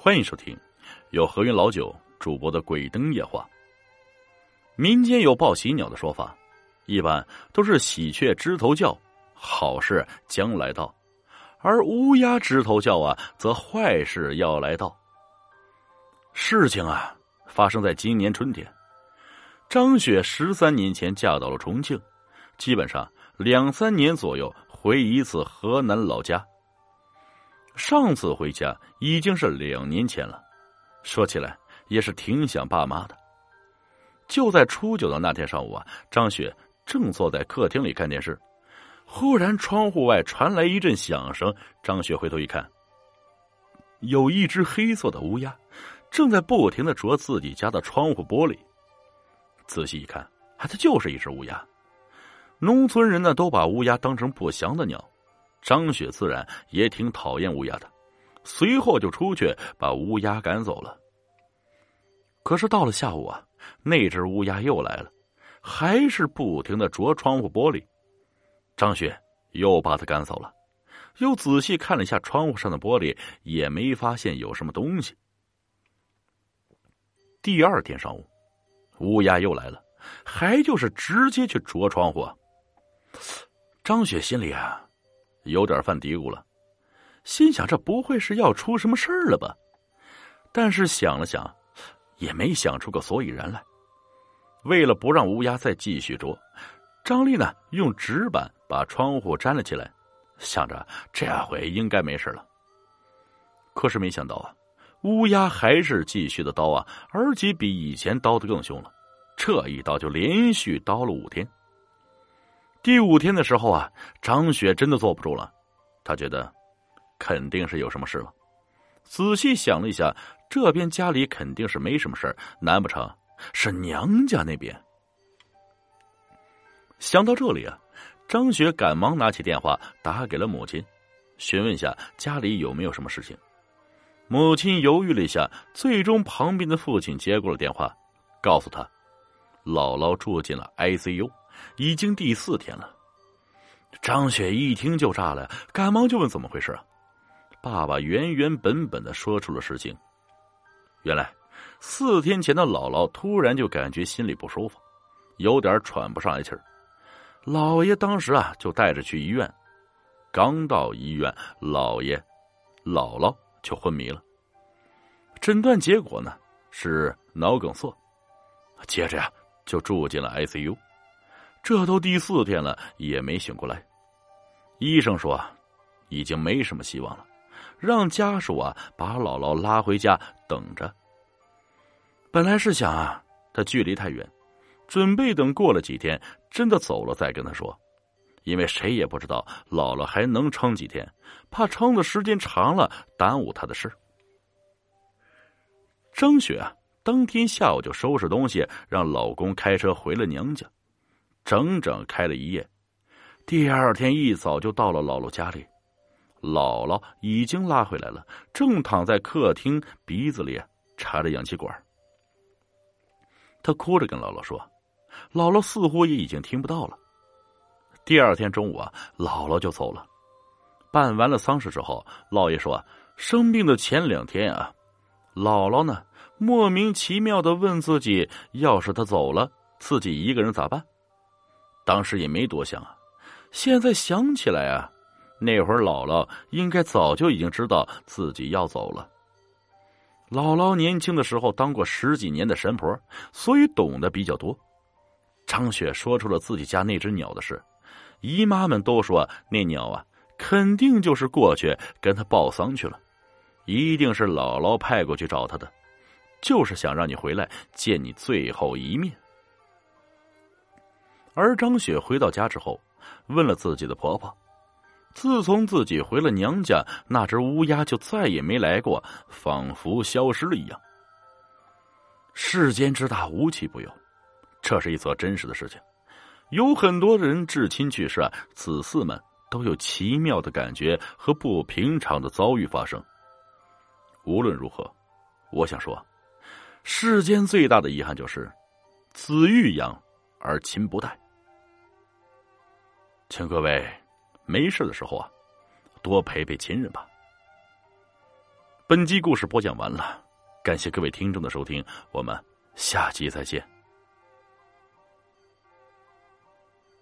欢迎收听由何云老九主播的鬼灯夜话。民间有报喜鸟的说法，一般都是喜鹊枝头叫，好事将来到；而乌鸦枝头叫啊，则坏事要来到。事情啊，发生在今年春天。张雪13年前嫁到了重庆，基本上2-3年左右回一次河南老家。上次回家已经是2年前了，说起来也是挺想爸妈的。就在初9的那天上午啊，张雪正坐在客厅里看电视，忽然窗户外传来一阵响声。张雪回头一看，有一只黑色的乌鸦正在不停地啄自己家的窗户玻璃。仔细一看，它就是一只乌鸦。农村人呢，都把乌鸦当成不祥的鸟，张雪自然也挺讨厌乌鸦的，随后就出去把乌鸦赶走了。可是到了下午啊，那只乌鸦又来了，还是不停地啄窗户玻璃。张雪又把它赶走了，又仔细看了一下窗户上的玻璃，也没发现有什么东西。第二天上午，乌鸦又来了，还就是直接去啄窗户啊。张雪心里啊有点犯嘀咕了，心想这不会是要出什么事儿了吧？但是想了想，也没想出个所以然来。为了不让乌鸦再继续啄，张丽呢用纸板把窗户粘了起来，想着这回应该没事了。可是没想到啊，乌鸦还是继续的叨啊，而且比以前叨得更凶了。这一叨就连续叨了5天。第5天的时候啊，张雪真的坐不住了，她觉得肯定是有什么事了。仔细想了一下，这边家里肯定是没什么事，难不成是娘家那边？想到这里啊，张雪赶忙拿起电话打给了母亲，询问下家里有没有什么事情。母亲犹豫了一下，最终旁边的父亲接过了电话，告诉他姥姥住进了 ICU， 已经第4天了。张雪一听就炸了，赶忙就问怎么回事啊。爸爸原原本本的说出了事情。原来4天前的姥姥突然就感觉心里不舒服，有点喘不上来气儿。姥爷当时啊就带着去医院，刚到医院，姥姥就昏迷了。诊断结果呢是脑梗塞，接着呀就住进了 ICU。 这都第4天了也没醒过来。医生说已经没什么希望了，让家属啊把姥姥拉回家等着。本来是想啊他距离太远，准备等过了几天真的走了再跟他说，因为谁也不知道姥姥还能撑几天，怕撑的时间长了耽误他的事。张雪啊当天下午就收拾东西，让老公开车回了娘家，整整开了1夜。第2天一早就到了姥姥家里，姥姥已经拉回来了，正躺在客厅，鼻子里插着氧气管。她哭着跟姥姥说，姥姥似乎也已经听不到了。第2天中午啊，姥姥就走了。办完了丧事之后，姥爷说生病的前2天啊，姥姥呢莫名其妙的问自己，要是他走了，自己一个人咋办？当时也没多想啊，现在想起来啊，那会儿姥姥应该早就已经知道自己要走了。姥姥年轻的时候当过10几年的神婆，所以懂得比较多。张雪说出了自己家那只鸟的事，姨妈们都说那鸟啊肯定就是过去跟他报丧去了，一定是姥姥派过去找他的，就是想让你回来见你最后一面。而张雪回到家之后，问了自己的婆婆，自从自己回了娘家，那只乌鸦就再也没来过，仿佛消失了一样。世间之大，无奇不有，这是一则真实的事情。有很多人至亲去世啊，子嗣们都有奇妙的感觉和不平常的遭遇发生。无论如何，我想说，世间最大的遗憾就是子欲养而亲不待。请各位没事的时候啊，多陪陪亲人吧。 本集故事播讲完了，感谢各位听众的收听，我们下集再见。